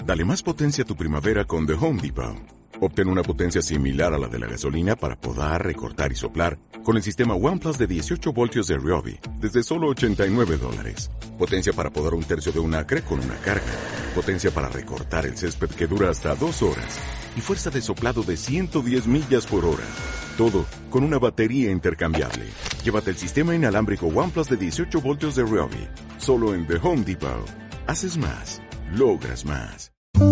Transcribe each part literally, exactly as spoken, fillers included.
Dale más potencia a tu primavera con The Home Depot. Obtén una potencia similar a la de la gasolina para podar, recortar y soplar con el sistema OnePlus de dieciocho voltios de Ryobi desde solo ochenta y nueve dólares. Potencia para podar un tercio de un acre con una carga. Potencia para recortar el césped que dura hasta dos horas. Y fuerza de soplado de ciento diez millas por hora. Todo con una batería intercambiable. Llévate el sistema inalámbrico OnePlus de dieciocho voltios de Ryobi. Solo en The Home Depot. Haces más. Logras más.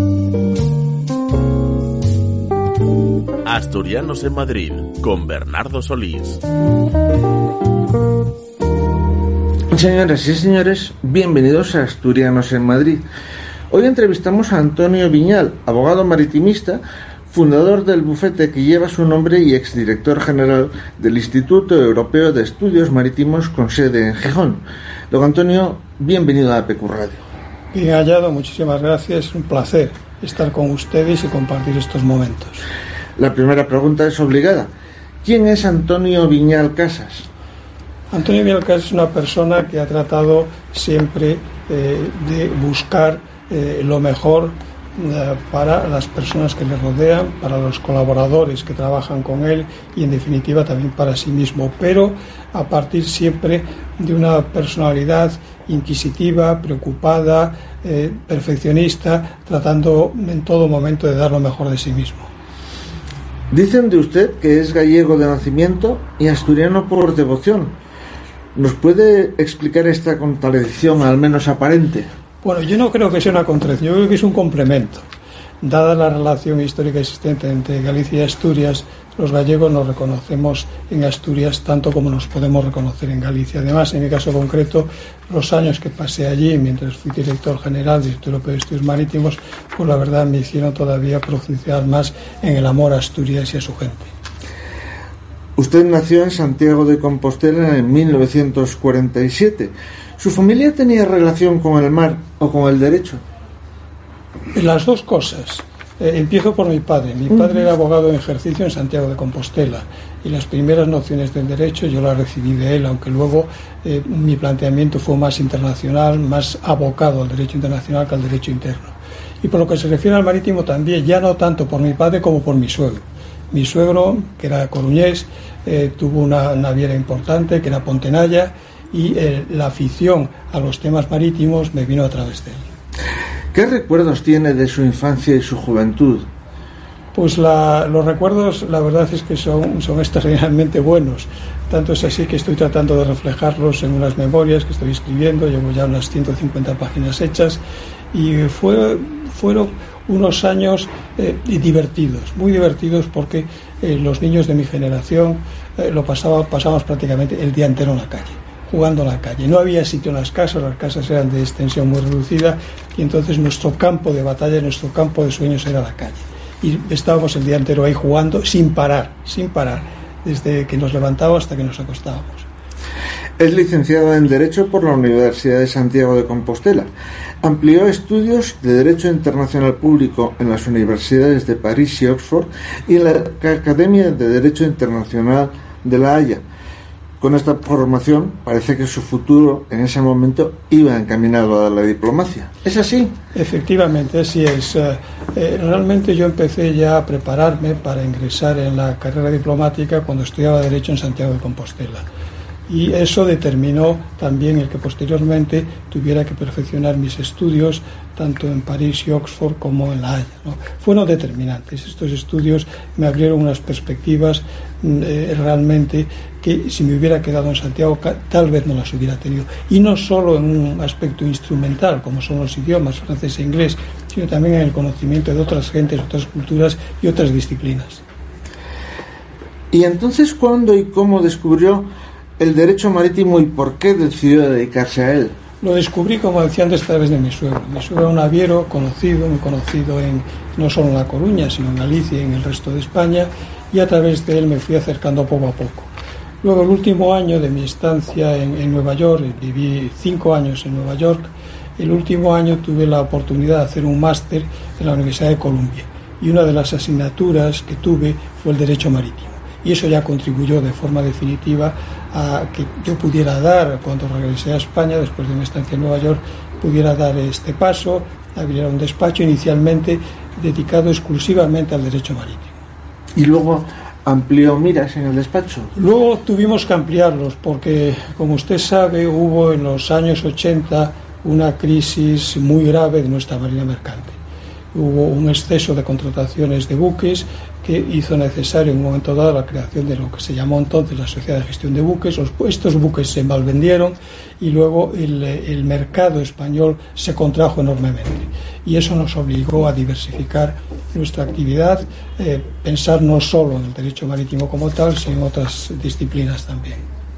Asturianos en Madrid, con Bernardo Solís. Señoras y señores, bienvenidos a Asturianos en Madrid. Hoy entrevistamos a Antonio Viñal, abogado maritimista, fundador del bufete que lleva su nombre y exdirector general del Instituto Europeo de Estudios Marítimos con sede en Gijón. Don Antonio, bienvenido a A P Q Radio. Bien hallado, muchísimas gracias, es un placer estar con ustedes y compartir estos momentos. La primera pregunta es obligada. ¿Quién es Antonio Viñal Casas? Antonio Viñal Casas es una persona que ha tratado siempre eh, de buscar eh, lo mejor eh, para las personas que le rodean, para los colaboradores que trabajan con él y en definitiva también para sí mismo, pero a partir siempre de una personalidad inquisitiva, preocupada, eh, perfeccionista, tratando en todo momento de dar lo mejor de sí mismo. Dicen de usted que es gallego de nacimiento y asturiano por devoción. ¿Nos puede explicar esta contradicción, al menos aparente? Bueno, yo no creo que sea una contradicción, yo creo que es un complemento. Dada la relación histórica existente entre Galicia y Asturias, los gallegos nos reconocemos en Asturias tanto como nos podemos reconocer en Galicia. Además, en mi caso concreto, los años que pasé allí, mientras fui director general del Instituto Europeo de Estudios Marítimos, pues la verdad me hicieron todavía profundizar más en el amor a Asturias y a su gente. Usted nació en Santiago de Compostela en mil novecientos cuarenta y siete. ¿Su familia tenía relación con el mar o con el derecho? Las dos cosas. Eh, empiezo por mi padre. Mi padre era abogado en ejercicio en Santiago de Compostela y las primeras nociones del derecho yo las recibí de él, aunque luego eh, mi planteamiento fue más internacional, más abocado al derecho internacional que al derecho interno. Y por lo que se refiere al marítimo también, ya no tanto por mi padre como por mi suegro. Mi suegro, que era coruñés, eh, tuvo una naviera importante, que era Pontenaya, y eh, la afición a los temas marítimos me vino a través de él. ¿Qué recuerdos tiene de su infancia y su juventud? Pues la, los recuerdos, la verdad es que son, son extraordinariamente buenos. Tanto es así que estoy tratando de reflejarlos en unas memorias que estoy escribiendo. Llevo ya unas ciento cincuenta páginas hechas y fue, fueron unos años eh, divertidos, muy divertidos porque eh, los niños de mi generación eh, lo pasaba, pasábamos prácticamente el día entero en la calle, jugando en la calle. No había sitio en las casas, las casas eran de extensión muy reducida y entonces nuestro campo de batalla, nuestro campo de sueños era la calle. Y estábamos el día entero ahí jugando sin parar, sin parar, desde que nos levantábamos hasta que nos acostábamos. Es licenciado en Derecho por la Universidad de Santiago de Compostela. Amplió estudios de Derecho Internacional Público en las universidades de París y Oxford y en la Academia de Derecho Internacional de La Haya. Con esta formación parece que su futuro en ese momento iba encaminado a la diplomacia. ¿Es así? Efectivamente, así es. Eh, realmente yo empecé ya a prepararme para ingresar en la carrera diplomática cuando estudiaba Derecho en Santiago de Compostela. Y eso determinó también el que posteriormente tuviera que perfeccionar mis estudios tanto en París y Oxford como en La Haya, ¿no? Fueron determinantes. Estos estudios me abrieron unas perspectivas eh, realmente que si me hubiera quedado en Santiago tal vez no las hubiera tenido. Y no solo en un aspecto instrumental, como son los idiomas, francés e inglés, sino también en el conocimiento de otras gentes, otras culturas y otras disciplinas. ¿Y entonces cuándo y cómo descubrió el derecho marítimo y por qué decidió dedicarse a él? Lo descubrí, como decía antes, a través de mi suegro. Mi suegro era un naviero conocido, muy conocido en, no solo en La Coruña, sino en Galicia y en el resto de España, y a través de él me fui acercando poco a poco. Luego, el último año de mi estancia en, en Nueva York, viví cinco años en Nueva York, el último año tuve la oportunidad de hacer un máster en la Universidad de Columbia, y una de las asignaturas que tuve fue el derecho marítimo. Y eso ya contribuyó de forma definitiva a que yo pudiera dar, cuando regresé a España, después de mi estancia en Nueva York, pudiera dar este paso abriera un despacho inicialmente dedicado exclusivamente al derecho marítimo. Y luego amplió miras en el despacho. Luego tuvimos que ampliarlos porque, como usted sabe, hubo en los años ochenta una crisis muy grave de nuestra marina mercante. Hubo un exceso de contrataciones de buques que hizo necesario en un momento dado la creación de lo que se llamó entonces la Sociedad de Gestión de Buques. Estos buques se malvendieron y luego el, el mercado español se contrajo enormemente. Y eso nos obligó a diversificar nuestra actividad, eh, pensar no solo en el derecho marítimo como tal, sino en otras disciplinas también.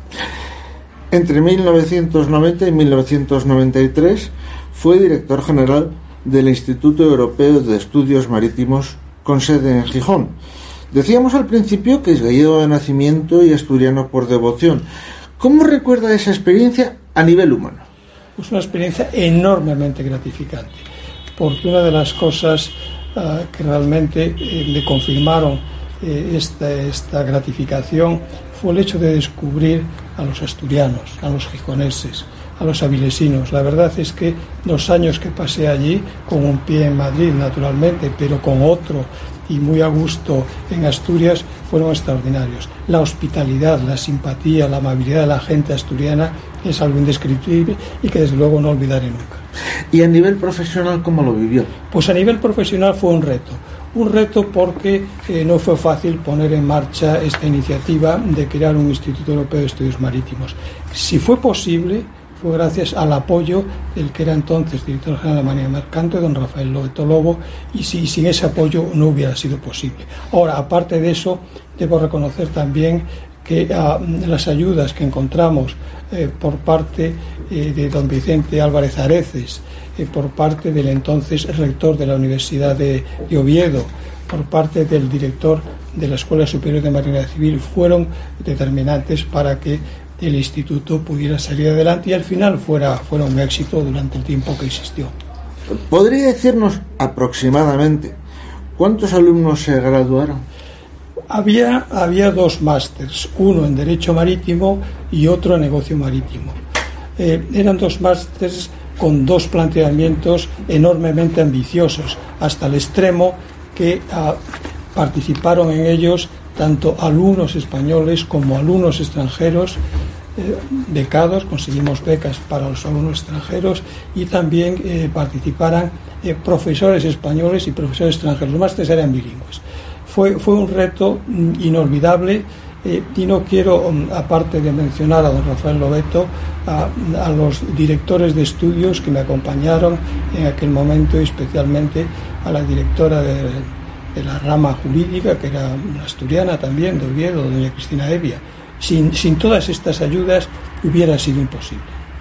Entre mil novecientos noventa y mil novecientos noventa y tres fue director general del Instituto Europeo de Estudios Marítimos con sede en Gijón. Decíamos al principio que es gallego de nacimiento y asturiano por devoción. ¿Cómo recuerda esa experiencia a nivel humano? Es una experiencia enormemente gratificante, porque una de las cosas uh, que realmente eh, le confirmaron eh, esta, esta gratificación fue el hecho de descubrir a los asturianos, a los gijoneses, a los avilesinos. La verdad es que los años que pasé allí, con un pie en Madrid naturalmente, pero con otro y muy a gusto en Asturias, fueron extraordinarios. La hospitalidad, la simpatía, la amabilidad de la gente asturiana es algo indescriptible y que desde luego no olvidaré nunca. ¿Y a nivel profesional cómo lo vivió? Pues a nivel profesional fue un reto. Un reto porque eh, no fue fácil poner en marcha esta iniciativa de crear un Instituto Europeo de Estudios Marítimos. Si fue posible, fue gracias al apoyo del que era entonces director general de la Marina Mercante, don Rafael Lobeto Lobo, y si, sin ese apoyo no hubiera sido posible. Ahora, aparte de eso, debo reconocer también que uh, las ayudas que encontramos eh, por parte eh, de don Vicente Álvarez Areces, eh, por parte del entonces rector de la Universidad de, de Oviedo, por parte del director de la Escuela Superior de Marina Civil, fueron determinantes para que el instituto pudiera salir adelante y al final fuera, fuera un éxito durante el tiempo que existió. ¿Podría decirnos aproximadamente cuántos alumnos se graduaron? Había, había dos másters, uno en Derecho Marítimo y otro en Negocio Marítimo. Eh, eran dos másters con dos planteamientos enormemente ambiciosos, hasta el extremo que ah, participaron en ellos tanto alumnos españoles como alumnos extranjeros, eh, becados, conseguimos becas para los alumnos extranjeros y también eh, participaran eh, profesores españoles y profesores extranjeros. Los másteres eran bilingües. Fue, fue un reto inolvidable eh, y no quiero, aparte de mencionar a don Rafael Lobeto, a, a los directores de estudios que me acompañaron en aquel momento, y especialmente a la directora de, de la rama jurídica, que era una asturiana también, de Oviedo, doña Cristina Evia. Sin, sin todas estas ayudas hubiera sido imposible.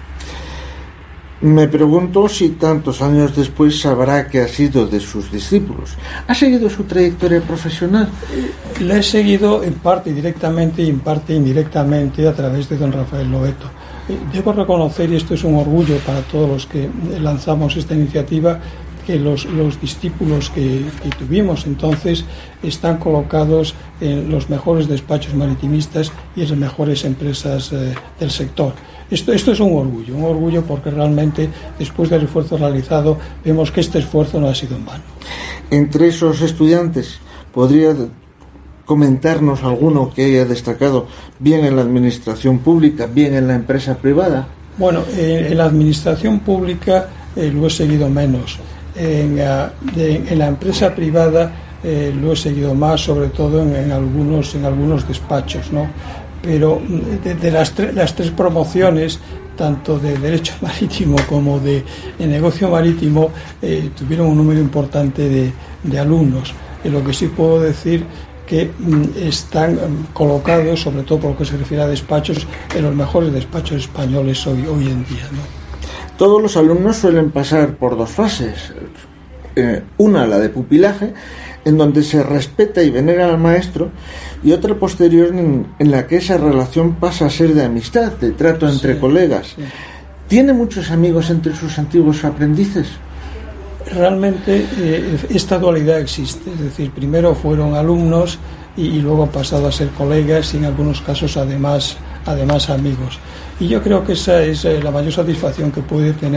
Me pregunto si tantos años después sabrá qué ha sido de sus discípulos. ¿Ha seguido su trayectoria profesional? La he seguido en parte directamente y en parte indirectamente a través de don Rafael Lobeto. Debo reconocer, y esto es un orgullo para todos los que lanzamos esta iniciativa, que los, los discípulos que, que tuvimos entonces están colocados en los mejores despachos maritimistas y en las mejores empresas eh, del sector. Esto, esto es un orgullo, un orgullo porque realmente después del esfuerzo realizado vemos que este esfuerzo no ha sido en vano. Entre esos estudiantes, ¿podría comentarnos alguno que haya destacado bien en la administración pública, bien en la empresa privada? Bueno, eh, en la administración pública eh, lo he seguido menos. En, uh, de, en la empresa privada eh, lo he seguido más, sobre todo en, en algunos en algunos despachos, ¿no? Pero de, de las, tre- las tres promociones, tanto de Derecho Marítimo como de, de Negocio Marítimo, eh, tuvieron un número importante de, de alumnos. En lo que sí puedo decir que mm, están mm, colocados, sobre todo por lo que se refiere a despachos, en los mejores despachos españoles hoy, hoy en día, ¿no? Todos los alumnos suelen pasar por dos fases. Eh, una, la de pupilaje, en donde se respeta y venera al maestro, y otra posterior en, en la que esa relación pasa a ser de amistad, de trato entre sí, colegas. Sí. ¿Tiene muchos amigos entre sus antiguos aprendices? Realmente eh, esta dualidad existe, es decir, primero fueron alumnos y, y luego han pasado a ser colegas y en algunos casos además, además amigos. Y yo creo que esa es eh, la mayor satisfacción que puede tener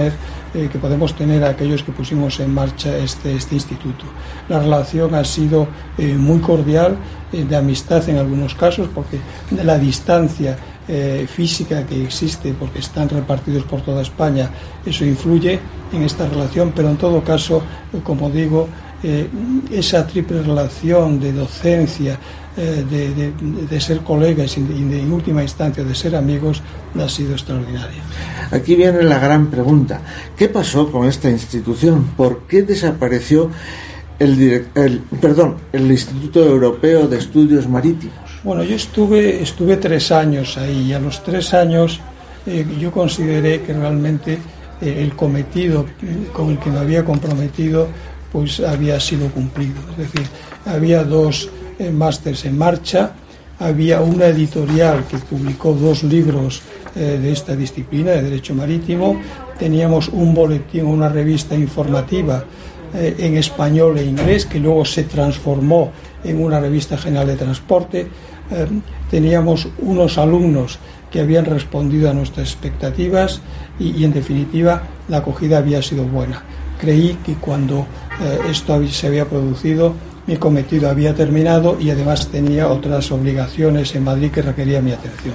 eh, que podemos tener aquellos que pusimos en marcha este, este instituto. La relación ha sido eh, muy cordial, eh, de amistad en algunos casos, porque la distancia eh, física que existe, porque están repartidos por toda España, eso influye en esta relación, pero en todo caso, eh, como digo, eh, esa triple relación de docencia, eh, de, de, de ser colegas y de, de, en última instancia de ser amigos, ha sido extraordinaria. Aquí viene la gran pregunta: ¿qué pasó con esta institución? ¿Por qué desapareció el, direct, el perdón el Instituto Europeo de Estudios Marítimos? Bueno, yo estuve estuve tres años ahí, y a los tres años eh, yo consideré que realmente eh, el cometido con el que me había comprometido pues había sido cumplido. Es decir, había dos eh, másters en marcha, había una editorial que publicó dos libros eh, de esta disciplina, de Derecho Marítimo, teníamos un boletín, una revista informativa eh, en español e inglés, que luego se transformó en una revista general de transporte, eh, teníamos unos alumnos que habían respondido a nuestras expectativas y, y en definitiva la acogida había sido buena. Creí que cuando eh, esto se había producido, mi cometido había terminado y además tenía otras obligaciones en Madrid que requerían mi atención.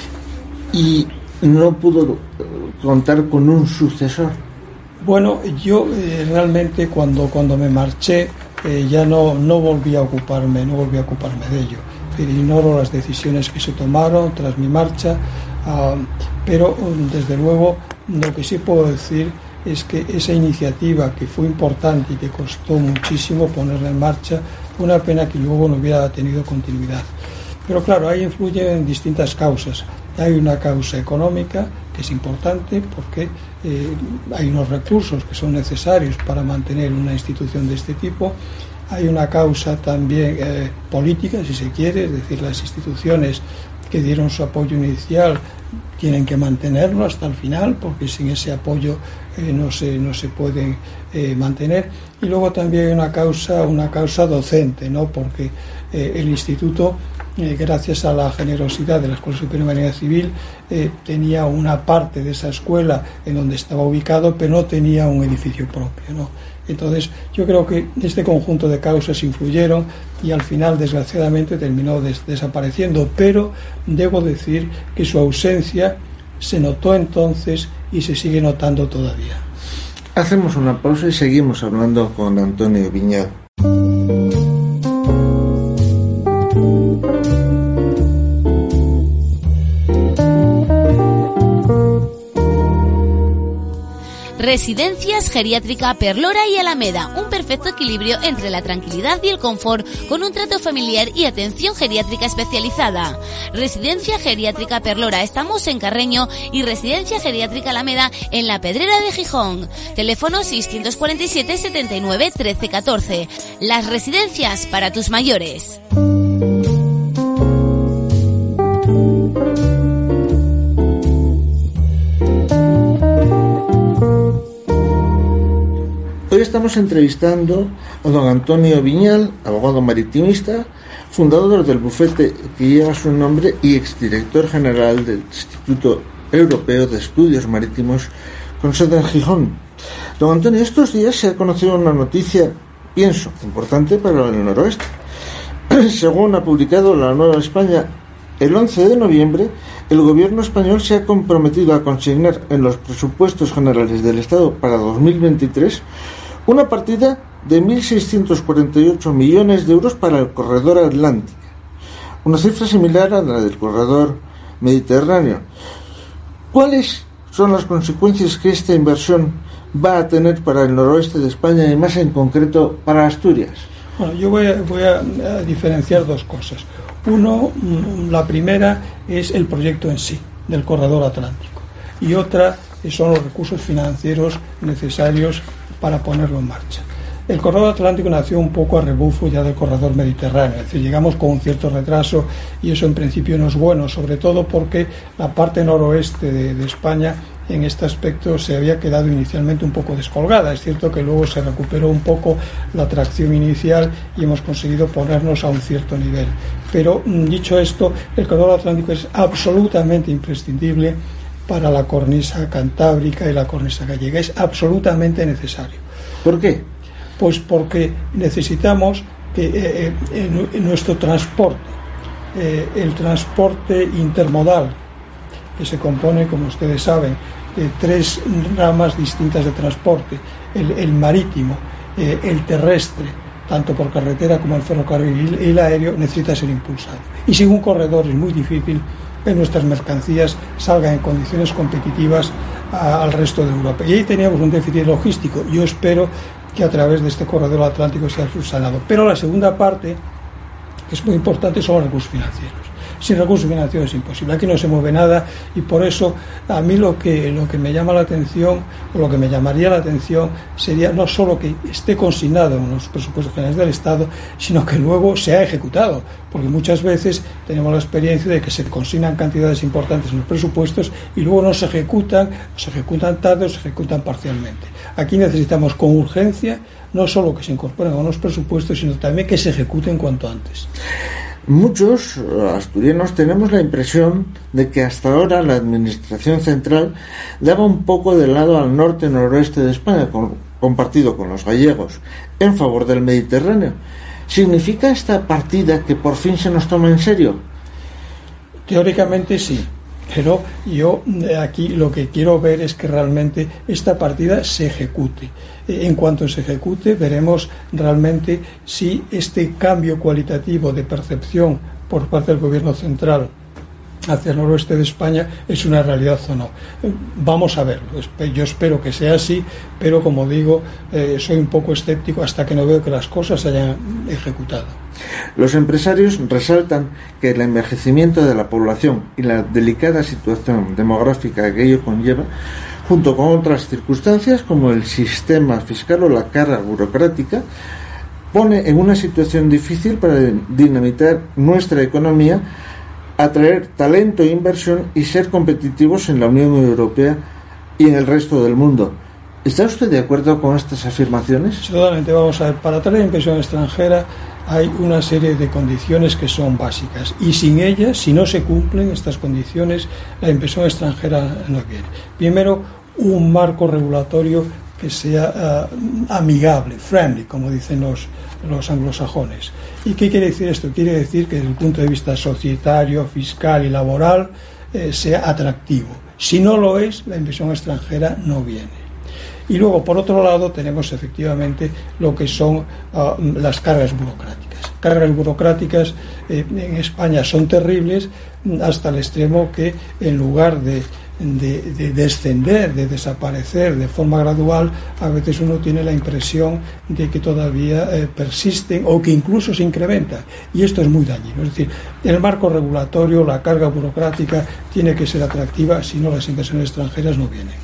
¿Y no pudo contar con un sucesor? Bueno, yo eh, realmente cuando, cuando me marché eh, ya no, no volví a ocuparme, no volví a ocuparme de ello. Es decir, ignoro las decisiones que se tomaron tras mi marcha, uh, pero desde luego lo que sí puedo decir es que esa iniciativa, que fue importante y que costó muchísimo ponerla en marcha, fue una pena que luego no hubiera tenido continuidad. Pero claro, ahí influyen distintas causas. Hay una causa económica, que es importante porque eh, hay unos recursos que son necesarios para mantener una institución de este tipo. Hay una causa también eh, política, si se quiere, es decir, las instituciones que dieron su apoyo inicial tienen que mantenerlo hasta el final, porque sin ese apoyo eh, no se no se pueden eh, mantener. Y luego también hay una causa una causa docente, ¿no? Porque eh, el instituto, eh, gracias a la generosidad de la Escuela Superior de Marina Civil, eh, tenía una parte de esa escuela en donde estaba ubicado, pero no tenía un edificio propio, ¿no? Entonces, yo creo que este conjunto de causas influyeron y al final, desgraciadamente, terminó des- desapareciendo, pero debo decir que su ausencia se notó entonces y se sigue notando todavía. Hacemos una pausa y seguimos hablando con Antonio Viñal. Residencias Geriátrica Perlora y Alameda, un perfecto equilibrio entre la tranquilidad y el confort, con un trato familiar y atención geriátrica especializada. Residencia Geriátrica Perlora, estamos en Carreño, y Residencia Geriátrica Alameda en La Pedrera de Gijón. Teléfono seiscientos cuarenta y siete, setenta y nueve, trece, catorce. Las residencias para tus mayores. Hoy estamos entrevistando a don Antonio Viñal, abogado maritimista, fundador del bufete que lleva su nombre y exdirector general del Instituto Europeo de Estudios Marítimos con sede en Gijón. Don Antonio, estos días se ha conocido una noticia, pienso, importante para el noroeste. Según ha publicado La Nueva España, el once de noviembre, el gobierno español se ha comprometido a consignar en los presupuestos generales del Estado para dos mil veintitrés una partida de mil seiscientos cuarenta y ocho millones de euros para el corredor atlántico, una cifra similar a la del corredor mediterráneo. ¿Cuáles son las consecuencias que esta inversión va a tener para el noroeste de España y más en concreto para Asturias? Bueno, yo voy a, voy a, a diferenciar dos cosas. Uno, la primera es el proyecto en sí, del corredor atlántico, y otra son los recursos financieros necesarios para ponerlo en marcha. El corredor atlántico nació un poco a rebufo ya del corredor mediterráneo, es decir, llegamos con un cierto retraso y eso en principio no es bueno, sobre todo porque la parte noroeste de, de España en este aspecto se había quedado inicialmente un poco descolgada. Es cierto que luego se recuperó un poco la tracción inicial y hemos conseguido ponernos a un cierto nivel. Pero dicho esto, el corredor atlántico es absolutamente imprescindible para la cornisa cantábrica y la cornisa gallega. Es absolutamente necesario. ¿Por qué? Pues porque necesitamos que eh, en, en nuestro transporte, eh, el transporte intermodal, que se compone, como ustedes saben, de tres ramas distintas de transporte, el, el marítimo, eh, el terrestre, tanto por carretera como el ferrocarril y el aéreo, necesita ser impulsado. Y sin un corredor es muy difícil que nuestras mercancías salgan en condiciones competitivas a, al resto de Europa. Y ahí teníamos un déficit logístico. Yo espero que a través de este corredor atlántico sea subsanado. Pero la segunda parte, que es muy importante, son los recursos financieros. Sin recursos financieros es imposible. Aquí no se mueve nada y por eso a mí lo que, lo que me llama la atención, o lo que me llamaría la atención, sería no solo que esté consignado en los presupuestos generales del Estado, sino que luego sea ejecutado. Porque muchas veces tenemos la experiencia de que se consignan cantidades importantes en los presupuestos y luego no se ejecutan, o se ejecutan tarde o se ejecutan parcialmente. Aquí necesitamos con urgencia no solo que se incorporen a los presupuestos, sino también que se ejecuten cuanto antes. Muchos asturianos tenemos la impresión de que hasta ahora la administración central daba un poco de lado al norte-noroeste de España, con, compartido con los gallegos, en favor del Mediterráneo. ¿Significa esta partida que por fin se nos toma en serio? Teóricamente sí, pero yo aquí lo que quiero ver es que realmente esta partida se ejecute. En cuanto se ejecute, veremos realmente si este cambio cualitativo de percepción por parte del Gobierno central hacia el noroeste de España es una realidad o no. Vamos a verlo. Yo espero que sea así, pero como digo, eh, soy un poco escéptico hasta que no veo que las cosas se hayan ejecutado. Los empresarios resaltan que el envejecimiento de la población y la delicada situación demográfica que ello conlleva, junto con otras circunstancias como el sistema fiscal o la carga burocrática, pone en una situación difícil para dinamitar nuestra economía, atraer talento e inversión y ser competitivos en la Unión Europea y en el resto del mundo. ¿Está usted de acuerdo con estas afirmaciones? Totalmente. Vamos a ver, para atraer inversión extranjera hay una serie de condiciones que son básicas y sin ellas, si no se cumplen estas condiciones, la inversión extranjera no viene. Primero, un marco regulatorio que sea uh, amigable, friendly, como dicen los, los anglosajones. ¿Y qué quiere decir esto? Quiere decir que desde el punto de vista societario, fiscal y laboral eh, sea atractivo. Si no lo es, la inversión extranjera no viene. Y luego, por otro lado, tenemos efectivamente lo que son uh, las cargas burocráticas. Cargas burocráticas eh, en España son terribles hasta el extremo que en lugar de De, de descender, de desaparecer de forma gradual, a veces uno tiene la impresión de que todavía eh, persisten o que incluso se incrementan, y esto es muy dañino. Es decir, el marco regulatorio, la carga burocrática tiene que ser atractiva, si no las inversiones extranjeras no vienen.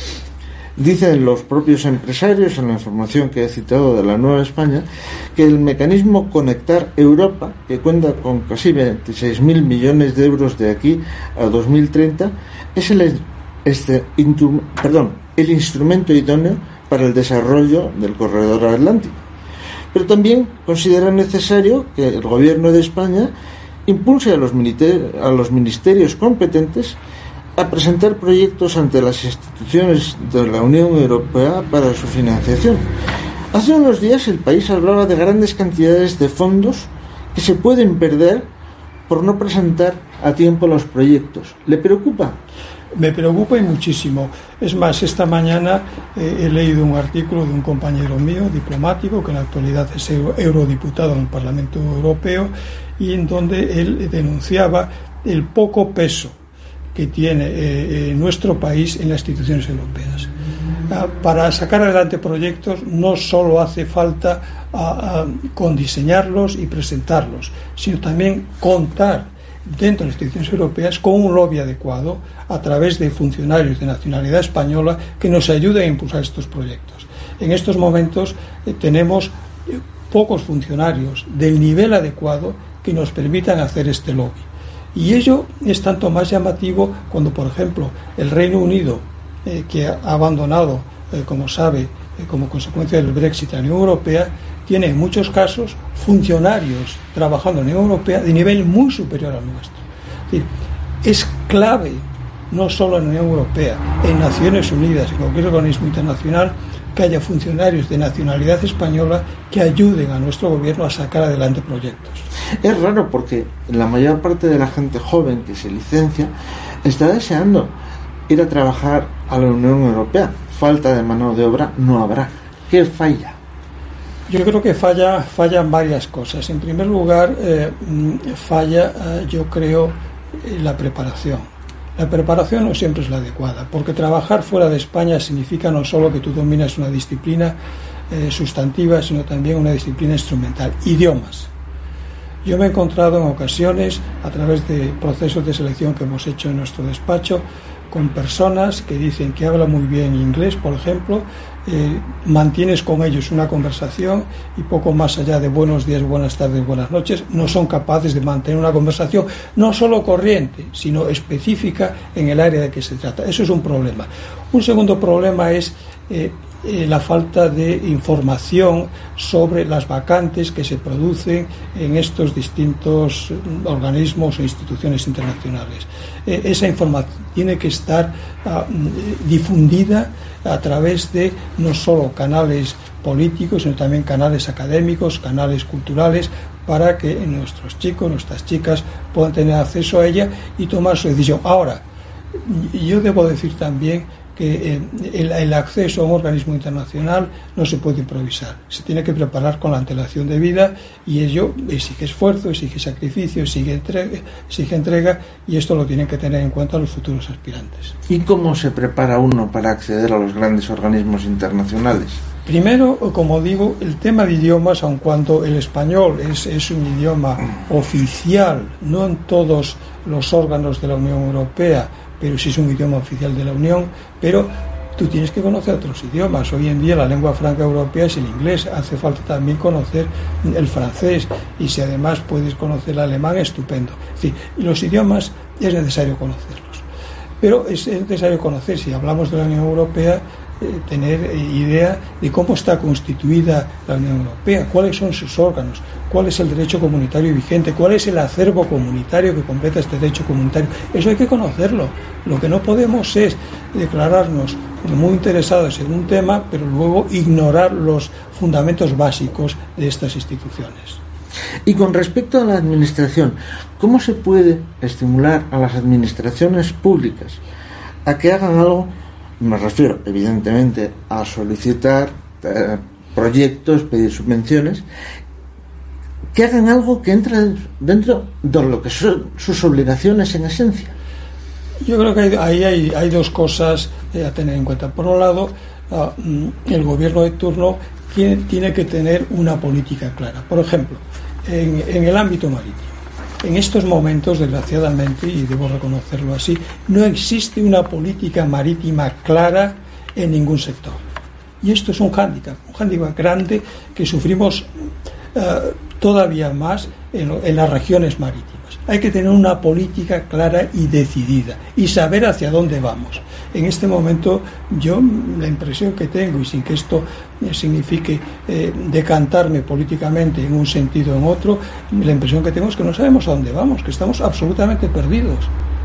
Dicen los propios empresarios en la información que he citado de la Nueva España que el mecanismo Conectar Europa, que cuenta con casi veintiséis mil millones de euros de aquí a dos mil treinta, es el, este, intu, perdón, el instrumento idóneo para el desarrollo del corredor atlántico. Pero también considera necesario que el Gobierno de España impulse a los, minister, a los ministerios competentes a presentar proyectos ante las instituciones de la Unión Europea para su financiación. Hace unos días el país hablaba de grandes cantidades de fondos que se pueden perder por no presentar a tiempo los proyectos. ¿Le preocupa? Me preocupa y muchísimo. Es más, esta mañana eh, he leído un artículo de un compañero mío, diplomático, que en la actualidad es eurodiputado en el Parlamento Europeo, y en donde él denunciaba el poco peso que tiene eh, eh, nuestro país en las instituciones europeas. Ah, para sacar adelante proyectos no solo hace falta ah, ah, con diseñarlos y presentarlos, sino también contar dentro de las instituciones europeas con un lobby adecuado a través de funcionarios de nacionalidad española que nos ayuden a impulsar estos proyectos. En estos momentos eh, tenemos eh, pocos funcionarios del nivel adecuado que nos permitan hacer este lobby. Y ello es tanto más llamativo cuando, por ejemplo, el Reino Unido, eh, que ha abandonado, eh, como sabe, eh, como consecuencia del Brexit a la Unión Europea, tiene en muchos casos funcionarios trabajando en la Unión Europea de nivel muy superior al nuestro. Es decir, es clave no solo en la Unión Europea, en Naciones Unidas, en cualquier organismo internacional, que haya funcionarios de nacionalidad española que ayuden a nuestro gobierno a sacar adelante proyectos. Es raro porque la mayor parte de la gente joven que se licencia está deseando ir a trabajar a la Unión Europea. Falta de mano de obra no habrá. ¿Qué falla? Yo creo que falla, fallan varias cosas. En primer lugar, eh, falla, eh, yo creo, eh, la preparación. La preparación no siempre es la adecuada, porque trabajar fuera de España significa no solo que tú dominas una disciplina eh, sustantiva, sino también una disciplina instrumental, idiomas. Yo me he encontrado en ocasiones, a través de procesos de selección que hemos hecho en nuestro despacho, con personas que dicen que hablan muy bien inglés, por ejemplo, eh, mantienes con ellos una conversación y poco más allá de buenos días, buenas tardes, buenas noches, no son capaces de mantener una conversación no solo corriente, sino específica en el área de que se trata. Eso es un problema. Un segundo problema es eh, eh, la falta de información sobre las vacantes que se producen en estos distintos organismos o instituciones internacionales. Eh, esa información tiene que estar uh, difundida a través de no solo canales políticos, sino también canales académicos, canales culturales, para que nuestros chicos, nuestras chicas puedan tener acceso a ella y tomar su decisión. Ahora, yo debo decir también que el, el acceso a un organismo internacional no se puede improvisar, se tiene que preparar con la antelación debida, y ello exige esfuerzo, exige sacrificio, exige entrega, exige entrega, y esto lo tienen que tener en cuenta los futuros aspirantes. ¿Y cómo se prepara uno para acceder a los grandes organismos internacionales? Primero, como digo, el tema de idiomas, aun cuando el español es, es un idioma oficial, no en todos los órganos de la Unión Europea, pero sí es un idioma oficial de la Unión, pero tú tienes que conocer otros idiomas. Hoy en día la lengua franca europea es el inglés, hace falta también conocer el francés, y si además puedes conocer el alemán, estupendo. Es decir, los idiomas es necesario conocerlos, pero es necesario conocer, si hablamos de la Unión Europea, eh, tener eh, idea de cómo está constituida la Unión Europea, cuáles son sus órganos, cuál es el derecho comunitario vigente, cuál es el acervo comunitario que completa este derecho comunitario. Eso hay que conocerlo. Lo que no podemos es declararnos muy interesados en un tema, pero luego ignorar los fundamentos básicos de estas instituciones. Y con respecto a la administración, ¿cómo se puede estimular a las administraciones públicas a que hagan algo? Me refiero, evidentemente, a solicitar eh, proyectos, pedir subvenciones, que hagan algo que entre dentro de lo que son sus obligaciones en esencia. Yo creo que hay, ahí hay, hay dos cosas eh, a tener en cuenta. Por un lado, uh, el gobierno de turno tiene, tiene que tener una política clara. Por ejemplo, en, en el ámbito marítimo, en estos momentos, desgraciadamente, y debo reconocerlo así, no existe una política marítima clara en ningún sector. Y esto es un hándicap, un hándicap grande que sufrimos uh, todavía más en, en las regiones marítimas. Hay que tener una política clara y decidida y saber hacia dónde vamos. En este momento, yo la impresión que tengo, y sin que esto eh, signifique eh, decantarme políticamente en un sentido o en otro, la impresión que tengo es que no sabemos a dónde vamos, que estamos absolutamente perdidos.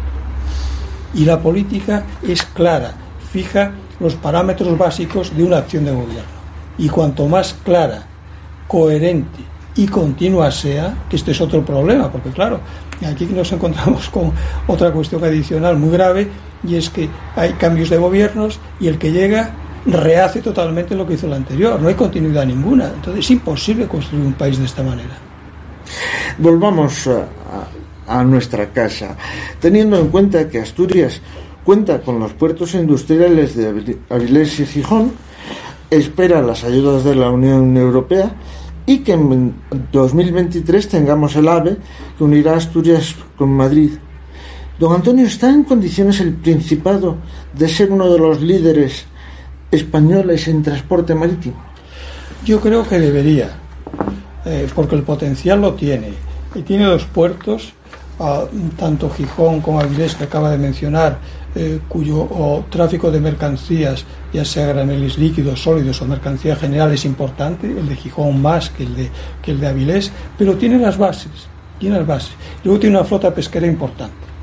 Y la política es clara, fija los parámetros básicos de una acción de gobierno. Y cuanto más clara, coherente y continua sea, que este es otro problema, porque claro, aquí nos encontramos con otra cuestión adicional muy grave, y es que hay cambios de gobiernos y el que llega rehace totalmente lo que hizo el anterior, no hay continuidad ninguna. Entonces es imposible construir un país de esta manera. Volvamos a, a, a nuestra casa, teniendo en cuenta que Asturias cuenta con los puertos industriales de Avilés y Gijón, espera las ayudas de la Unión Europea, y que en dos mil veintitrés tengamos el AVE que unirá Asturias con Madrid. Don Antonio, ¿está en condiciones el Principado de ser uno de los líderes españoles en transporte marítimo? Yo creo que debería, eh, porque el potencial lo tiene. Y tiene dos puertos, uh, tanto Gijón como Avilés, que acaba de mencionar, eh, cuyo o, tráfico de mercancías, ya sea graneles líquidos, sólidos o mercancía general, es importante, el de Gijón más que el de, que el de Avilés, pero tiene las bases, tiene las bases. Luego tiene una flota pesquera importante.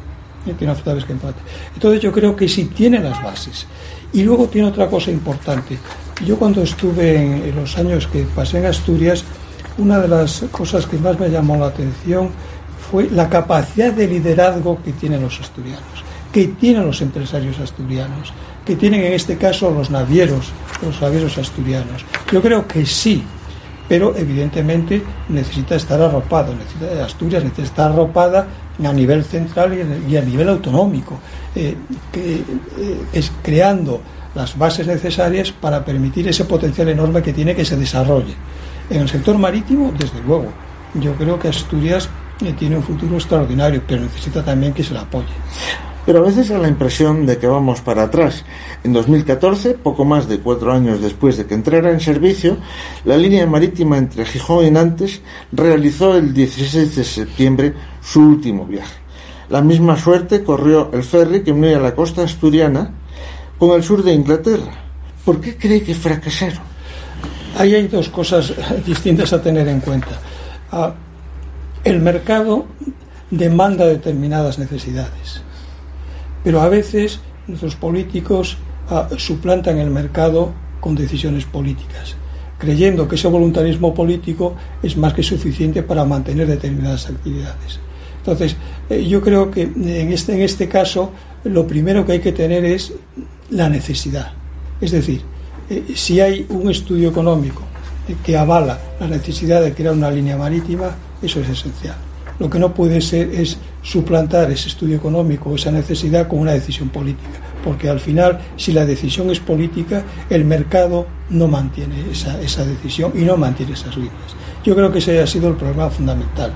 tiene una flota de pesca importante. Entonces yo creo que sí tiene las bases. Y luego tiene otra cosa importante. Yo cuando estuve en, en los años que pasé en Asturias, una de las cosas que más me llamó la atención fue la capacidad de liderazgo que tienen los asturianos, que tienen los empresarios asturianos, que tienen en este caso los navieros, los navieros asturianos. Yo creo que sí, pero evidentemente necesita estar arropado, necesita, Asturias necesita estar arropada a nivel central y a nivel autonómico, eh, que, eh, es creando las bases necesarias para permitir ese potencial enorme que tiene que se desarrolle. En el sector marítimo, desde luego, yo creo que Asturias eh, tiene un futuro extraordinario, pero necesita también que se le apoye. Pero a veces da la impresión de que vamos para atrás. En dos mil catorce, poco más de cuatro años después de que entrara en servicio, la línea marítima entre Gijón y Nantes realizó el dieciséis de septiembre su último viaje. La misma suerte corrió el ferry que unía la costa asturiana con el sur de Inglaterra. ¿Por qué cree que fracasaron? Ahí hay dos cosas distintas a tener en cuenta. Uh, el mercado demanda determinadas necesidades, pero a veces nuestros políticos uh, suplantan el mercado con decisiones políticas, creyendo que ese voluntarismo político es más que suficiente para mantener determinadas actividades. Entonces, eh, yo creo que en este, en este caso lo primero que hay que tener es la necesidad. Es decir, eh, si hay un estudio económico eh, que avala la necesidad de crear una línea marítima, eso es esencial. Lo que no puede ser es suplantar ese estudio económico o esa necesidad con una decisión política, porque al final, si la decisión es política, el mercado no mantiene esa, esa decisión y no mantiene esas líneas. Yo creo que ese ha sido el problema fundamental.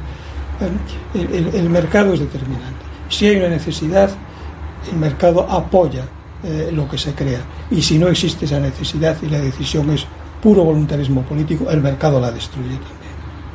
El, el, el mercado es determinante. Si hay una necesidad, el mercado apoya eh, lo que se crea, y si no existe esa necesidad y la decisión es puro voluntarismo político, el mercado la destruye también.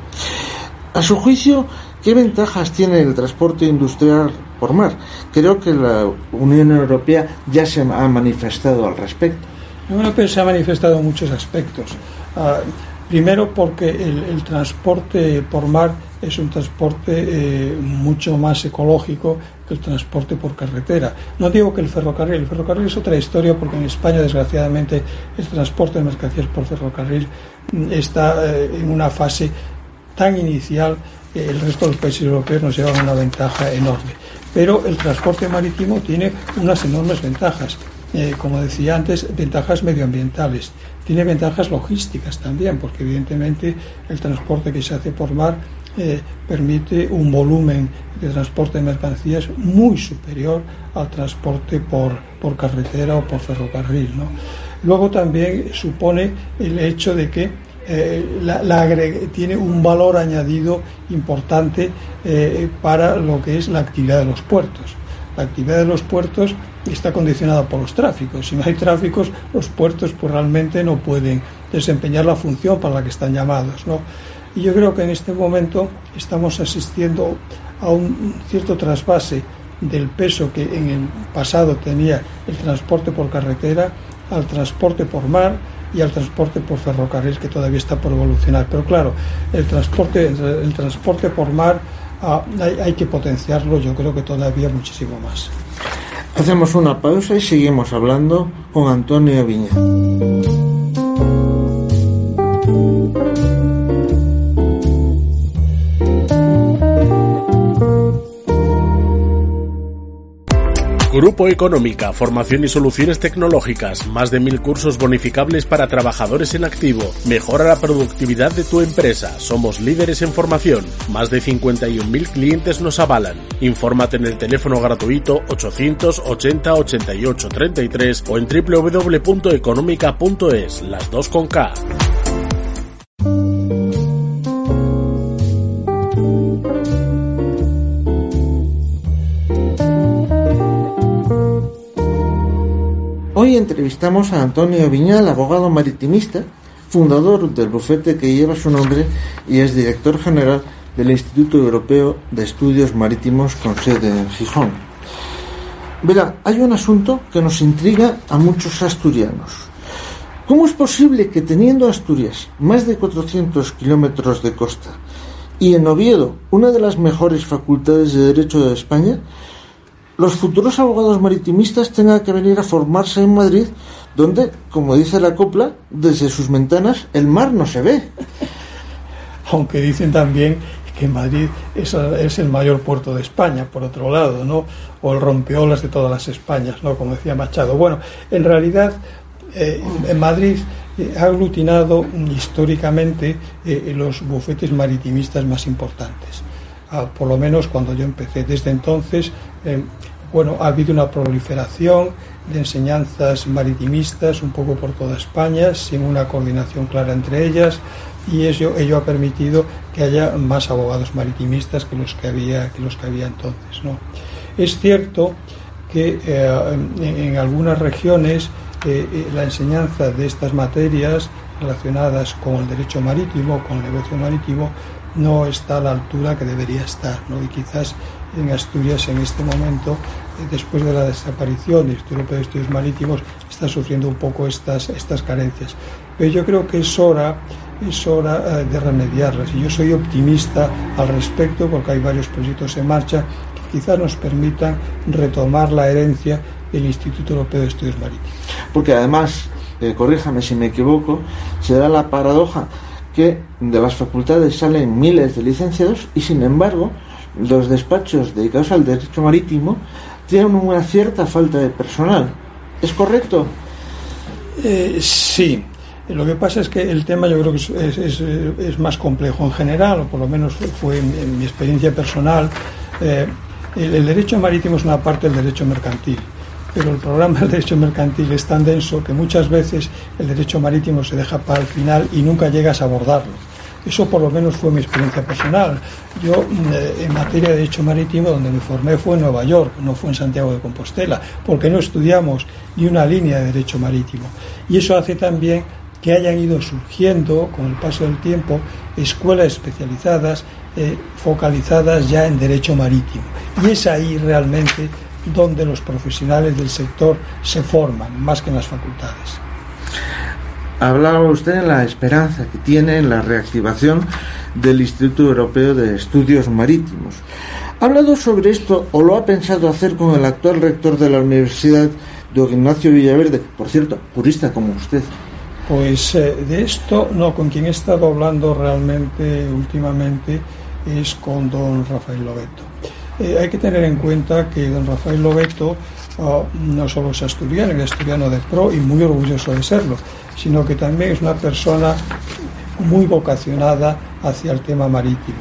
A su juicio, ¿qué ventajas tiene el transporte industrial por mar? Creo que la Unión Europea ya se ha manifestado al respecto. La Unión Europea se ha manifestado en muchos aspectos. Uh, primero porque el, el transporte por mar es un transporte eh, mucho más ecológico que el transporte por carretera. No digo que el ferrocarril, el ferrocarril es otra historia, porque en España, desgraciadamente, el transporte de mercancías por ferrocarril está eh, en una fase tan inicial. Eh, el resto de los países europeos nos llevan una ventaja enorme. Pero el transporte marítimo tiene unas enormes ventajas. Eh, como decía antes, ventajas medioambientales. Tiene ventajas logísticas también, porque evidentemente el transporte que se hace por mar Eh, permite un volumen de transporte de mercancías muy superior al transporte por, por carretera o por ferrocarril, ¿no? Luego también supone el hecho de que eh, la, la agregue, tiene un valor añadido importante eh, para lo que es la actividad de los puertos. La actividad de los puertos está condicionada por los tráficos. Si no hay tráficos, los puertos pues realmente no pueden desempeñar la función para la que están llamados, ¿no? Y yo creo que en este momento estamos asistiendo a un cierto trasvase del peso que en el pasado tenía el transporte por carretera al transporte por mar y al transporte por ferrocarril, que todavía está por evolucionar. Pero claro, el transporte, el transporte por mar ah, hay, hay que potenciarlo, yo creo que todavía muchísimo más. Hacemos una pausa y seguimos hablando con Antonio Viña. Grupo Económica, formación y soluciones tecnológicas, más de mil cursos bonificables para trabajadores en activo. Mejora la productividad de tu empresa. Somos líderes en formación. Más de cincuenta y un mil clientes nos avalan. Infórmate en el teléfono gratuito ochocientos ochenta ochenta y ocho treinta y tres o en doble u doble u doble u punto económica punto es, las dos con K. Hoy entrevistamos a Antonio Viñal, abogado maritimista, fundador del bufete que lleva su nombre y es director general del Instituto Europeo de Estudios Marítimos con sede en Gijón. Verá, hay un asunto que nos intriga a muchos asturianos. ¿Cómo es posible que, teniendo Asturias más de cuatrocientos kilómetros de costa y en Oviedo una de las mejores facultades de Derecho de España, los futuros abogados maritimistas tengan que venir a formarse en Madrid, donde, como dice la copla, desde sus ventanas el mar no se ve. Aunque dicen también que Madrid es, es el mayor puerto de España, por otro lado, ¿no? O el rompeolas de todas las Españas, ¿no? Como decía Machado. Bueno, en realidad, eh, en Madrid eh, ha aglutinado históricamente eh, los bufetes maritimistas más importantes. Ah, por lo menos cuando yo empecé. Desde entonces, eh, bueno, ha habido una proliferación de enseñanzas maritimistas un poco por toda España, sin una coordinación clara entre ellas, y ello, ello ha permitido que haya más abogados maritimistas que los que había, que los que había entonces, ¿no? Es cierto que eh, en, en algunas regiones eh, eh, la enseñanza de estas materias relacionadas con el derecho marítimo, con el negocio marítimo, no está a la altura que debería estar, ¿no? Y quizás en Asturias en este momento, eh, después de la desaparición del Instituto Europeo de Estudios Marítimos, está sufriendo un poco estas, estas carencias. Pero yo creo que es hora, es hora eh, de remediarlas, y yo soy optimista al respecto porque hay varios proyectos en marcha que quizás nos permitan retomar la herencia del Instituto Europeo de Estudios Marítimos. Porque además, eh, corríjame si me equivoco, se da la paradoja que de las facultades salen miles de licenciados y, sin embargo, los despachos dedicados al derecho marítimo tienen una cierta falta de personal. ¿Es correcto? Eh, sí. Lo que pasa es que el tema yo creo que es, es, es, es más complejo en general, o por lo menos fue, fue en, en mi experiencia personal. Eh, el, el derecho marítimo es una parte del derecho mercantil, pero el programa del derecho mercantil es tan denso que muchas veces el derecho marítimo se deja para el final y nunca llegas a abordarlo. Eso por lo menos fue mi experiencia personal. Yo eh, en materia de derecho marítimo donde me formé fue en Nueva York, no fue en Santiago de Compostela, porque no estudiamos ni una línea de derecho marítimo. Y eso hace también que hayan ido surgiendo con el paso del tiempo escuelas especializadas eh, focalizadas ya en derecho marítimo. Y es ahí realmente donde los profesionales del sector se forman, más que en las facultades. Hablaba usted de la esperanza que tiene en la reactivación del Instituto Europeo de Estudios Marítimos. ¿Ha hablado sobre esto o lo ha pensado hacer con el actual rector de la Universidad, don Ignacio Villaverde, por cierto, jurista como usted? Pues eh, de esto, no, con quien he estado hablando realmente últimamente es con don Rafael Lobeto. Eh, hay que tener en cuenta que don Rafael Lobeto uh, no solo es asturiano, es asturiano de pro y muy orgulloso de serlo, sino que también es una persona muy vocacionada hacia el tema marítimo.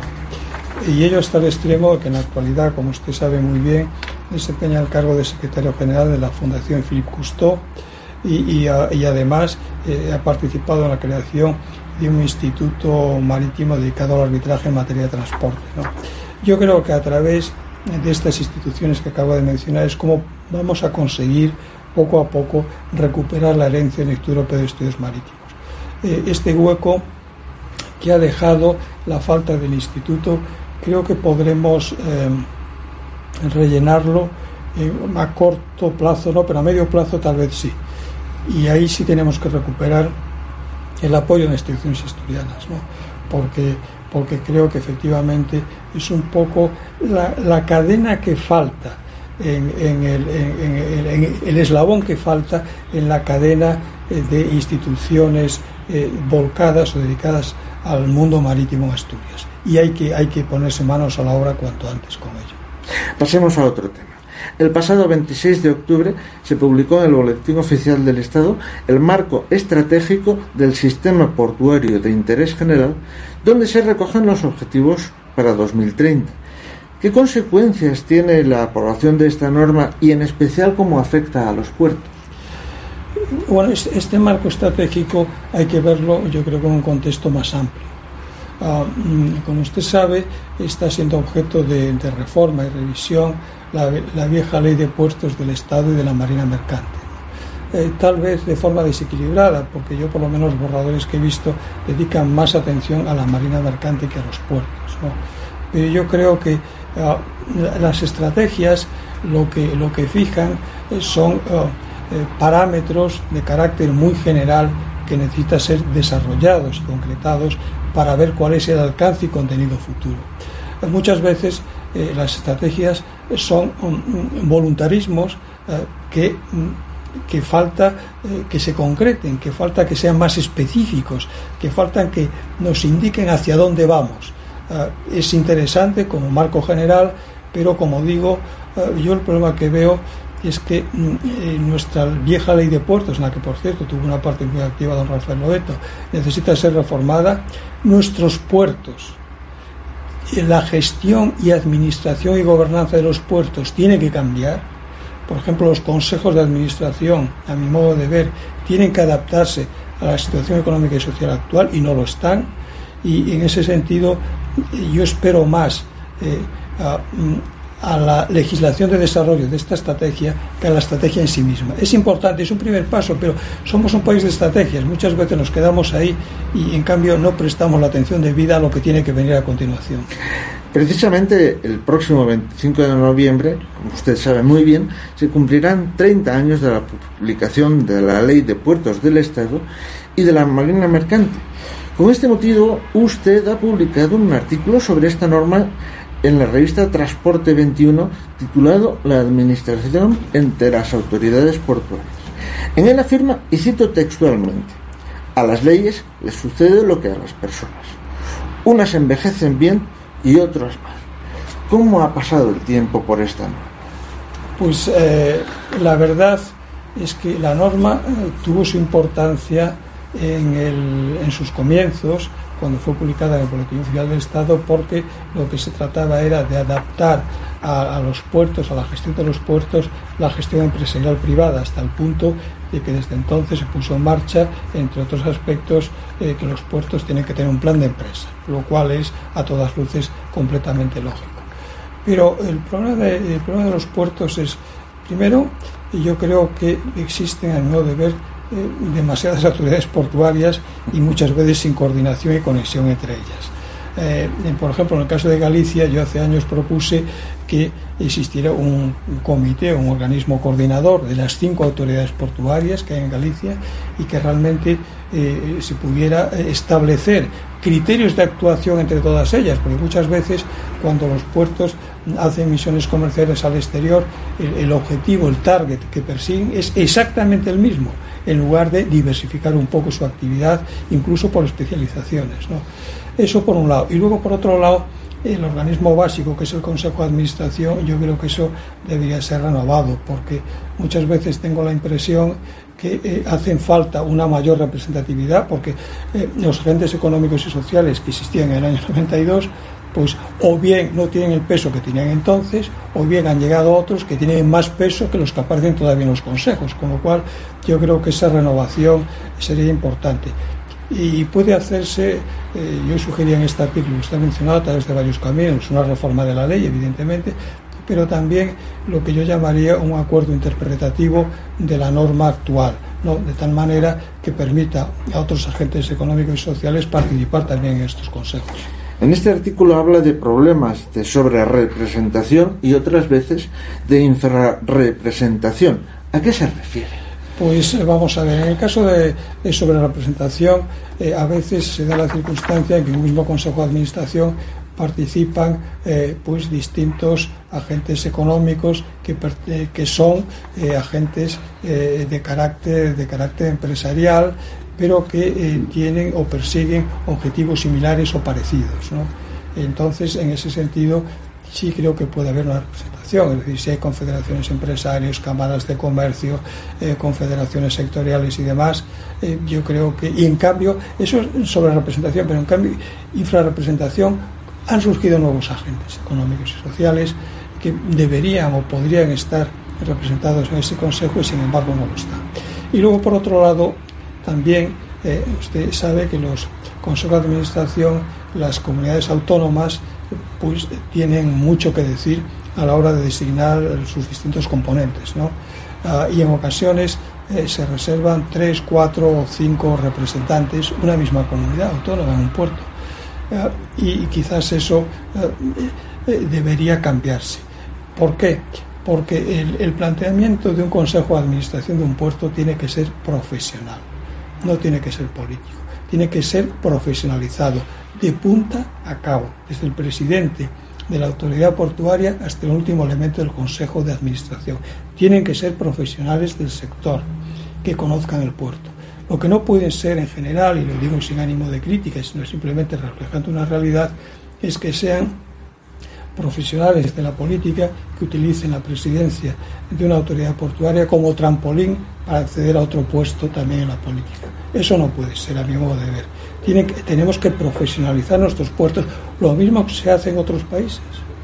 Y ello hasta el extremo que en la actualidad, como usted sabe muy bien, desempeña el cargo de secretario general de la Fundación Philippe Cousteau y, y, y además eh, ha participado en la creación de un instituto marítimo dedicado al arbitraje en materia de transporte, ¿no? Yo creo que a través de estas instituciones que acabo de mencionar es como vamos a conseguir poco a poco recuperar la herencia del Instituto Europeo de Estudios Marítimos. Eh, este hueco que ha dejado la falta del instituto, creo que podremos eh, rellenarlo eh, a corto plazo, no, pero a medio plazo tal vez sí. Y ahí sí tenemos que recuperar el apoyo de las instituciones asturianas, ¿no? Porque, porque creo que efectivamente es un poco la, la cadena que falta, en, en, el, en, en, en el eslabón que falta en la cadena de instituciones eh, volcadas o dedicadas al mundo marítimo en Asturias. Y hay que, hay que ponerse manos a la obra cuanto antes con ello. Pasemos a otro tema. El pasado veintiséis de octubre se publicó en el Boletín Oficial del Estado el Marco Estratégico del Sistema Portuario de Interés General, donde se recogen los objetivos para dos mil treinta. ¿Qué consecuencias tiene la aprobación de esta norma y en especial cómo afecta a los puertos? Bueno, este, este marco estratégico hay que verlo, yo creo, con un contexto más amplio. Uh, como usted sabe, está siendo objeto de, de reforma y revisión la, la vieja ley de puertos del Estado y de la Marina Mercante. Eh, tal vez de forma desequilibrada, porque yo por lo menos los borradores que he visto dedican más atención a la Marina Mercante que a los puertos, ¿no? Pero yo creo que uh, las estrategias lo que, lo que fijan eh, son uh, eh, parámetros de carácter muy general que necesitan ser desarrollados y concretados para ver cuál es el alcance y contenido futuro. Muchas veces eh, las estrategias son um, voluntarismos uh, que um, que falta eh, que se concreten, que falta que sean más específicos, que faltan que nos indiquen hacia dónde vamos. Uh, es interesante como marco general, pero como digo, uh, yo el problema que veo es que eh, nuestra vieja ley de puertos, en la que por cierto tuvo una parte muy activa don Rafael Lodeto, necesita ser reformada. Nuestros puertos, la gestión y administración y gobernanza de los puertos tiene que cambiar. Por ejemplo, los consejos de administración, a mi modo de ver, tienen que adaptarse a la situación económica y social actual y no lo están. Y en ese sentido yo espero más eh, a, a la legislación de desarrollo de esta estrategia que a la estrategia en sí misma. Es importante, es un primer paso, pero somos un país de estrategias. Muchas veces nos quedamos ahí y en cambio no prestamos la atención debida a lo que tiene que venir a continuación. Precisamente el próximo veinticinco de noviembre, como usted sabe muy bien, se cumplirán treinta años de la publicación de la Ley de Puertos del Estado y de la Marina Mercante. Con este motivo, usted ha publicado un artículo sobre esta norma en la revista Transporte veintiuno, titulado La administración entre las autoridades portuarias. En él afirma, y cito textualmente: a las leyes les sucede lo que a las personas. Unas envejecen bien y otras más. ¿Cómo ha pasado el tiempo por esta norma? Pues eh, la verdad es que la norma eh, tuvo su importancia en, el, en sus comienzos, cuando fue publicada en el Boletín Oficial del Estado, porque lo que se trataba era de adaptar a, a los puertos, a la gestión de los puertos, la gestión empresarial privada, hasta el punto de que desde entonces se puso en marcha, entre otros aspectos, eh, que los puertos tienen que tener un plan de empresa, lo cual es a todas luces completamente lógico. Pero el problema de, el problema de los puertos es, primero, yo creo que existen, a mi modo de ver, eh, demasiadas autoridades portuarias y muchas veces sin coordinación y conexión entre ellas. Eh, por ejemplo, en el caso de Galicia, yo hace años propuse que existiera un, un comité, un organismo coordinador de las cinco autoridades portuarias que hay en Galicia y que realmente eh, se pudiera establecer criterios de actuación entre todas ellas, porque muchas veces cuando los puertos hacen misiones comerciales al exterior, el, el objetivo, el target que persiguen es exactamente el mismo, en lugar de diversificar un poco su actividad, incluso por especializaciones, ¿no? Eso por un lado. Y luego, por otro lado, el organismo básico, que es el Consejo de Administración, yo creo que eso debería ser renovado, porque muchas veces tengo la impresión que eh, hacen falta una mayor representatividad, porque eh, los agentes económicos y sociales que existían en el año noventa y dos, pues o bien no tienen el peso que tenían entonces, o bien han llegado otros que tienen más peso que los que aparecen todavía en los consejos, con lo cual yo creo que esa renovación sería importante. Y puede hacerse, eh, yo sugería en este artículo, está mencionado a través de varios caminos, una reforma de la ley, evidentemente, pero también lo que yo llamaría un acuerdo interpretativo de la norma actual, ¿no? De tal manera que permita a otros agentes económicos y sociales participar también en estos consejos. En este artículo habla de problemas de sobrerepresentación y otras veces de infrarrepresentación. ¿A qué se refiere? Pues vamos a ver, en el caso de, de sobrerepresentación, eh, a veces se da la circunstancia en que en un mismo Consejo de Administración participan eh, pues distintos agentes económicos que, eh, que son eh, agentes eh, de carácter de carácter empresarial, pero que eh, tienen o persiguen objetivos similares o parecidos, ¿no? Entonces, en ese sentido, sí creo que puede haber una representación, es decir, si hay confederaciones empresarios, cámaras de comercio, eh, confederaciones sectoriales y demás, eh, yo creo que, y en cambio, eso es sobre representación, pero en cambio, infrarrepresentación, han surgido nuevos agentes económicos y sociales que deberían o podrían estar representados en ese consejo y sin embargo no lo están. Y luego, por otro lado, también eh, usted sabe que los consejos de administración, las comunidades autónomas, pues tienen mucho que decir a la hora de designar sus distintos componentes, ¿no? Uh, y en ocasiones eh, se reservan tres, cuatro o cinco representantes, una misma comunidad autónoma en un puerto. Uh, y, y quizás eso uh, eh, debería cambiarse. ¿Por qué? Porque el, el planteamiento de un consejo de administración de un puerto tiene que ser profesional, no tiene que ser político, tiene que ser profesionalizado de punta a cabo, desde el presidente de la autoridad portuaria hasta el último elemento del Consejo de Administración. Tienen que ser profesionales del sector, que conozcan el puerto. Lo que no pueden ser en general, y lo digo sin ánimo de crítica, sino simplemente reflejando una realidad, es que sean profesionales de la política que utilicen la presidencia de una autoridad portuaria como trampolín para acceder a otro puesto también en la política. Eso no puede ser, a mi modo de ver. Tienen que, tenemos que profesionalizar nuestros puertos, lo mismo que se hace en otros países.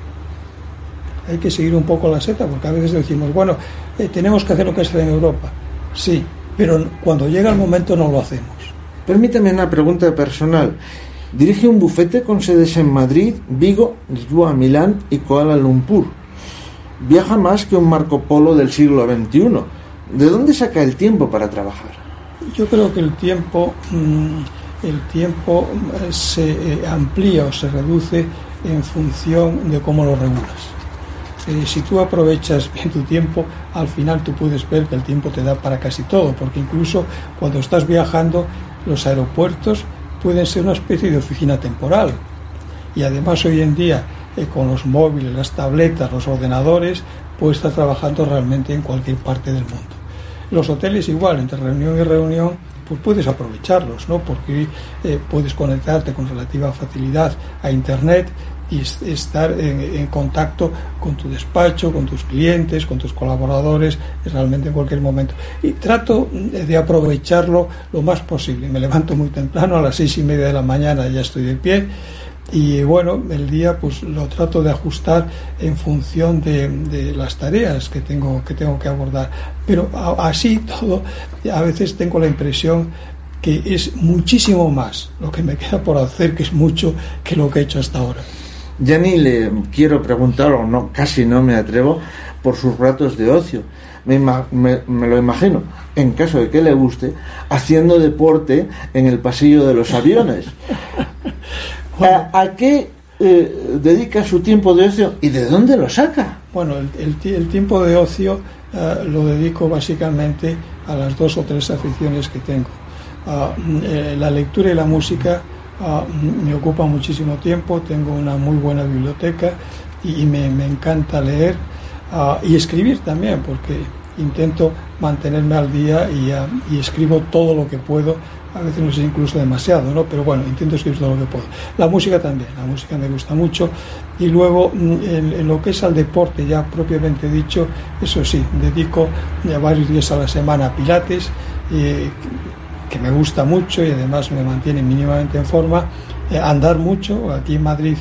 Hay que seguir un poco la seta, porque a veces decimos, bueno, eh, tenemos que hacer lo que se hace en Europa. Sí, pero cuando llega el momento no lo hacemos. Permítame una pregunta personal. Dirige un bufete con sedes en Madrid, Vigo, Lisboa, Milán y Kuala Lumpur. Viaja más que un Marco Polo del siglo veintiuno. ¿De dónde saca el tiempo para trabajar? Yo creo que el tiempo, el tiempo se amplía o se reduce en función de cómo lo regulas. Eh, si tú aprovechas bien tu tiempo, al final tú puedes ver que el tiempo te da para casi todo, porque incluso cuando estás viajando, los aeropuertos pueden ser una especie de oficina temporal. Y además hoy en día, eh, con los móviles, las tabletas, los ordenadores, puedes estar trabajando realmente en cualquier parte del mundo. Los hoteles igual, entre reunión y reunión, pues puedes aprovecharlos, ¿no? Porque eh, puedes conectarte con relativa facilidad a Internet y estar en, en contacto con tu despacho, con tus clientes, con tus colaboradores, realmente en cualquier momento. Y trato de aprovecharlo lo más posible. Me levanto muy temprano, a las seis y media de la mañana ya estoy de pie, y bueno, el día pues lo trato de ajustar en función de, de las tareas que tengo, que tengo que abordar. Pero a, así todo, a veces tengo la impresión que es muchísimo más lo que me queda por hacer, que es mucho, que lo que he hecho hasta ahora. Ya ni le quiero preguntar, o no, casi no me atrevo, por sus ratos de ocio. Me, ima- me, me lo imagino, en caso de que le guste, haciendo deporte en el pasillo de los aviones. ¿A, a qué eh, dedica su tiempo de ocio y de dónde lo saca? Bueno, el, el, el tiempo de ocio uh, lo dedico básicamente a las dos o tres aficiones que tengo. Uh, eh, la lectura y la música Uh, me ocupa muchísimo tiempo, tengo una muy buena biblioteca y, y me, me encanta leer uh, y escribir también, porque intento mantenerme al día y, uh, y escribo todo lo que puedo, a veces no sé, incluso demasiado, ¿no? Pero bueno, intento escribir todo lo que puedo. La música también, la música me gusta mucho, y luego en, en lo que es al deporte ya propiamente dicho, eso sí, dedico ya varios días a la semana a pilates, eh, que me gusta mucho y además me mantiene mínimamente en forma. Eh, andar mucho, aquí en Madrid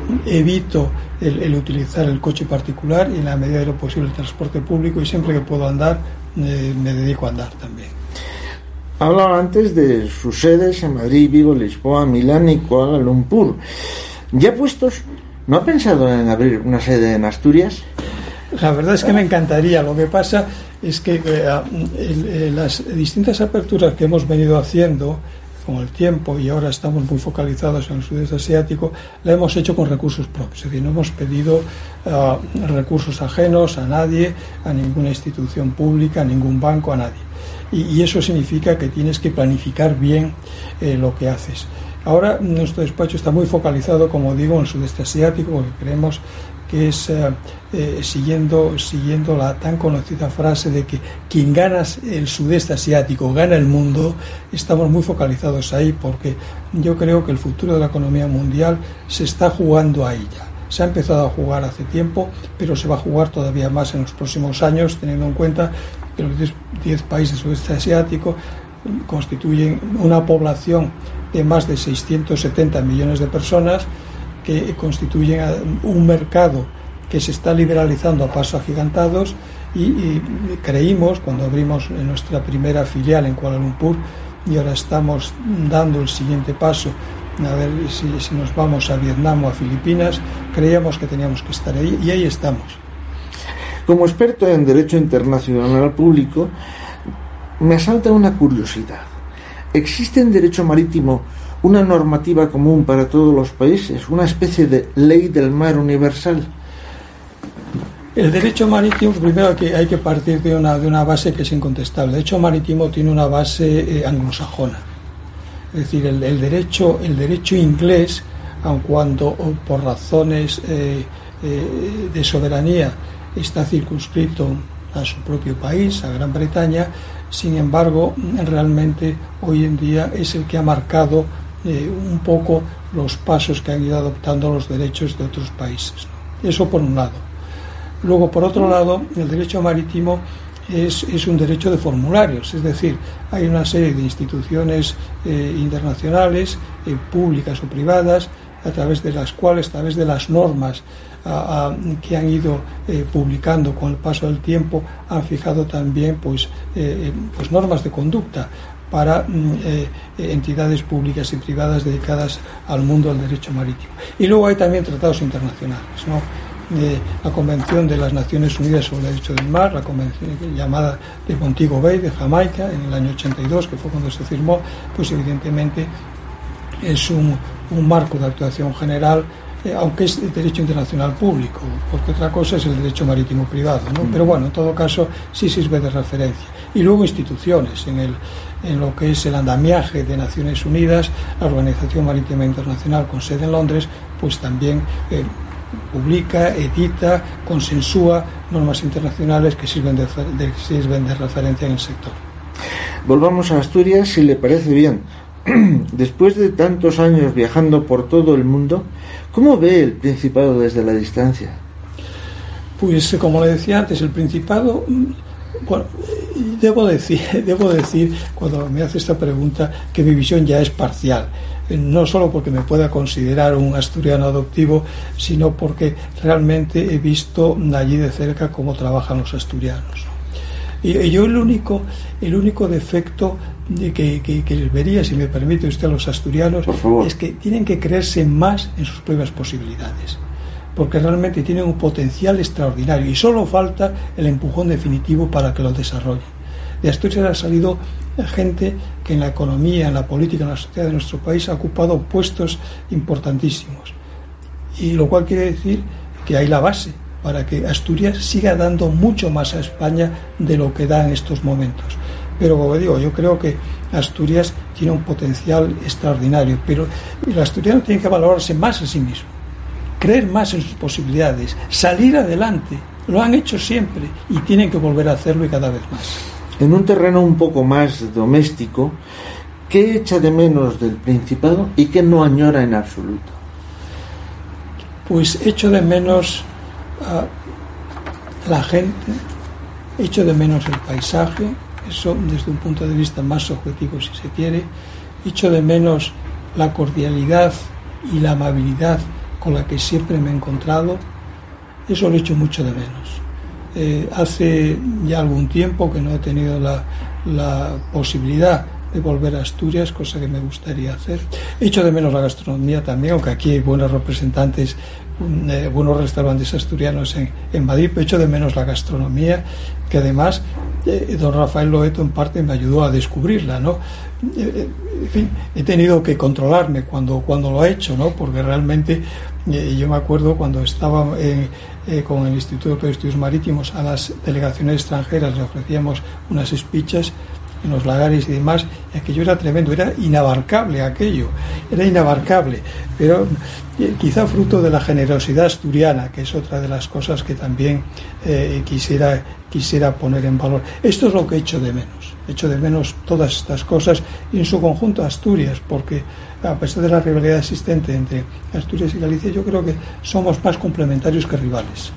evito el, el utilizar el coche particular y en la medida de lo posible el transporte público, y siempre que puedo andar eh, me dedico a andar también. Hablaba antes de sus sedes en Madrid, Vigo, Lisboa, Milán y Kuala Lumpur. Ya puestos, ¿no ha pensado en abrir una sede en Asturias? La verdad es que me encantaría. Lo que pasa es que eh, el, el, las distintas aperturas que hemos venido haciendo con el tiempo, y ahora estamos muy focalizados en el sudeste asiático, la hemos hecho con recursos propios. Es decir, no hemos pedido uh, recursos ajenos a nadie, a ninguna institución pública, a ningún banco, a nadie. Y, y eso significa que tienes que planificar bien eh, lo que haces. Ahora nuestro despacho está muy focalizado, como digo, en el sudeste asiático, porque creemos que es eh, eh, siguiendo, siguiendo la tan conocida frase de que quien gana el sudeste asiático gana el mundo. Estamos muy focalizados ahí, porque yo creo que el futuro de la economía mundial se está jugando ahí ya. Se ha empezado a jugar hace tiempo, pero se va a jugar todavía más en los próximos años, teniendo en cuenta que los diez países del sudeste asiático constituyen una población de más de seiscientos setenta millones de personas, que constituyen un mercado que se está liberalizando a pasos agigantados, y, y creímos, cuando abrimos nuestra primera filial en Kuala Lumpur, y ahora estamos dando el siguiente paso, a ver si, si nos vamos a Vietnam o a Filipinas, creíamos que teníamos que estar ahí, y ahí estamos. Como experto en Derecho Internacional Público, me asalta una curiosidad. ¿Existe en Derecho Marítimo una normativa común para todos los países, una especie de ley del mar universal? El derecho marítimo, primero hay que, hay que partir de una, de una base que es incontestable. El derecho marítimo tiene una base eh, anglosajona. Es decir, el, el, derecho, el derecho inglés aun cuando por razones eh, eh, de soberanía está circunscrito a su propio país, a Gran Bretaña. Sin embargo, realmente hoy en día es el que ha marcado eh, un poco los pasos que han ido adoptando los derechos de otros países, ¿no? Eso por un lado. Luego, por otro lado, el derecho marítimo es, es un derecho de formularios, es decir, hay una serie de instituciones eh, internacionales, eh, públicas o privadas, a través de las cuales, a través de las normas a, a, que han ido eh, publicando con el paso del tiempo, han fijado también pues, eh, pues normas de conducta para eh, entidades públicas y privadas dedicadas al mundo del derecho marítimo. Y luego hay también tratados internacionales, ¿no? Eh, la Convención de las Naciones Unidas sobre el Derecho del Mar, la convención llamada de Montego Bay de Jamaica en el año ochenta y dos, que fue cuando se firmó, pues evidentemente es un, un marco de actuación general, eh, aunque es el derecho internacional público, porque otra cosa es el derecho marítimo privado, ¿no? Pero bueno, en todo caso sí sirve de referencia. Y luego instituciones, en el en lo que es el andamiaje de Naciones Unidas, la Organización Marítima Internacional con sede en Londres, pues también eh, publica, edita, consensúa normas internacionales que sirven de, de, sirven de referencia en el sector. Volvamos a Asturias, si le parece bien. Después de tantos años viajando por todo el mundo, ¿cómo ve el Principado desde la distancia? Pues como le decía antes, el Principado, bueno, debo decir, debo decir cuando me hace esta pregunta que mi visión ya es parcial. No solo porque me pueda considerar un asturiano adoptivo, sino porque realmente he visto allí de cerca cómo trabajan los asturianos. Y yo el único, el único defecto de que, que, que les vería, si me permite usted, a los asturianos, es que tienen que creerse más en sus propias posibilidades, porque realmente tienen un potencial extraordinario y solo falta el empujón definitivo para que lo desarrollen. De Asturias ha salido gente que en la economía, en la política, en la sociedad de nuestro país ha ocupado puestos importantísimos, y lo cual quiere decir que hay la base para que Asturias siga dando mucho más a España de lo que da en estos momentos. Pero como digo, yo creo que Asturias tiene un potencial extraordinario, pero el asturiano tiene que valorarse más a sí mismo, creer más en sus posibilidades, salir adelante. Lo han hecho siempre y tienen que volver a hacerlo, y cada vez más. En un terreno un poco más doméstico, ¿qué echa de menos del Principado y qué no añora en absoluto? Pues echo de menos a la gente, echo de menos el paisaje, eso desde un punto de vista más subjetivo si se quiere, echo de menos la cordialidad y la amabilidad con la que siempre me he encontrado, eso lo echo mucho de menos. Eh, hace ya algún tiempo que no he tenido la, la posibilidad de volver a Asturias, cosa que me gustaría hacer. Echo de menos la gastronomía también, aunque aquí hay buenos representantes, eh, buenos restaurantes asturianos en, en Madrid, pero echo de menos la gastronomía, que además eh, don Rafael Loeto en parte me ayudó a descubrirla, ¿no? Eh, en fin, he tenido que controlarme cuando, cuando lo he hecho, ¿no? Porque realmente eh, yo me acuerdo cuando estaba en Eh, con el Instituto de Estudios Marítimos, a las delegaciones extranjeras le ofrecíamos unas espichas en los lagares y demás, y aquello era tremendo, era inabarcable aquello, era inabarcable, pero eh, quizá fruto de la generosidad asturiana, que es otra de las cosas que también eh, quisiera, quisiera poner en valor. Esto es lo que echo de menos, echo de menos todas estas cosas, y en su conjunto Asturias, porque a pesar de la rivalidad existente entre Asturias y Galicia, yo creo que somos más complementarios que rivales.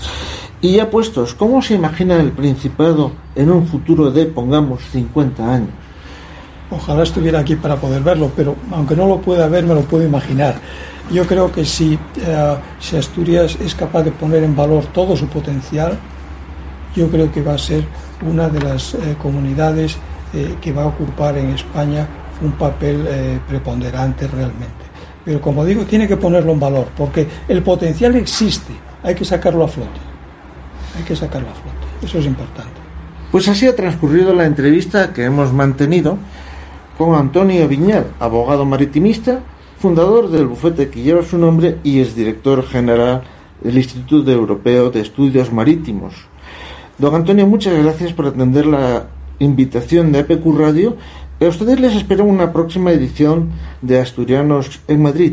Y ya puestos, ¿cómo se imagina el Principado en un futuro de, pongamos, cincuenta años? Ojalá estuviera aquí para poder verlo, pero aunque no lo pueda ver, me lo puedo imaginar. Yo creo que si, eh, si Asturias es capaz de poner en valor todo su potencial, yo creo que va a ser una de las eh, comunidades eh, que va a ocupar en España un papel eh, preponderante realmente. Pero como digo, tiene que ponerlo en valor, porque el potencial existe, hay que sacarlo a flote, hay que sacarlo a flote, eso es importante. Pues así ha transcurrido la entrevista que hemos mantenido con Antonio Viñal, abogado maritimista, fundador del bufete que lleva su nombre y es director general del Instituto Europeo de Estudios Marítimos. Don Antonio, muchas gracias por atender la invitación de A P Q Radio. A ustedes les espera una próxima edición de Asturianos en Madrid.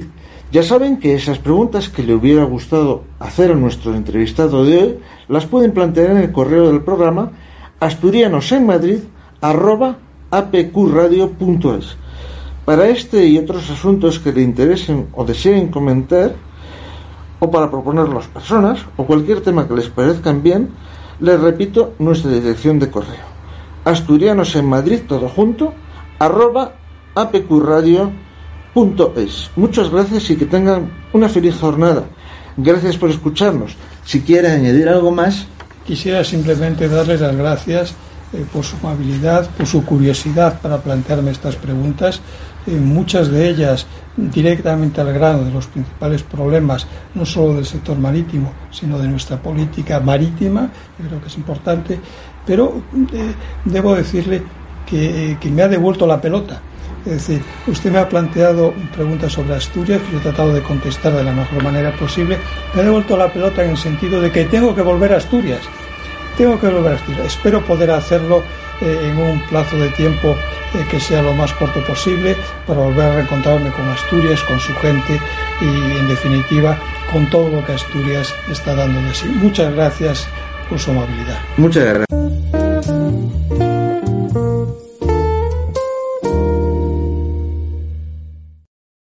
Ya saben que esas preguntas que le hubiera gustado hacer a nuestro entrevistado de hoy las pueden plantear en el correo del programa asturianosenmadrid arroba apqradio punto es. Para este y otros asuntos que le interesen o deseen comentar, o para proponerlos personas, o cualquier tema que les parezcan bien, les repito nuestra dirección de correo: asturianosenmadrid, todo junto, arroba apqradio punto es. Muchas gracias y que tengan una feliz jornada. Gracias por escucharnos. Si quiere añadir algo más. Quisiera simplemente darles las gracias eh, por su amabilidad, por su curiosidad para plantearme estas preguntas, eh, muchas de ellas directamente al grano de los principales problemas, no solo del sector marítimo, sino de nuestra política marítima, que creo que es importante, pero eh, debo decirle que, eh, que me ha devuelto la pelota. Es decir, usted me ha planteado preguntas sobre Asturias, que yo he tratado de contestar de la mejor manera posible. Me ha devuelto la pelota en el sentido de que tengo que volver a Asturias. Tengo que volver a Asturias. Espero poder hacerlo eh, en un plazo de tiempo eh, que sea lo más corto posible, para volver a reencontrarme con Asturias, con su gente y, en definitiva, con todo lo que Asturias está dando de sí. Muchas gracias por su amabilidad. Muchas gracias.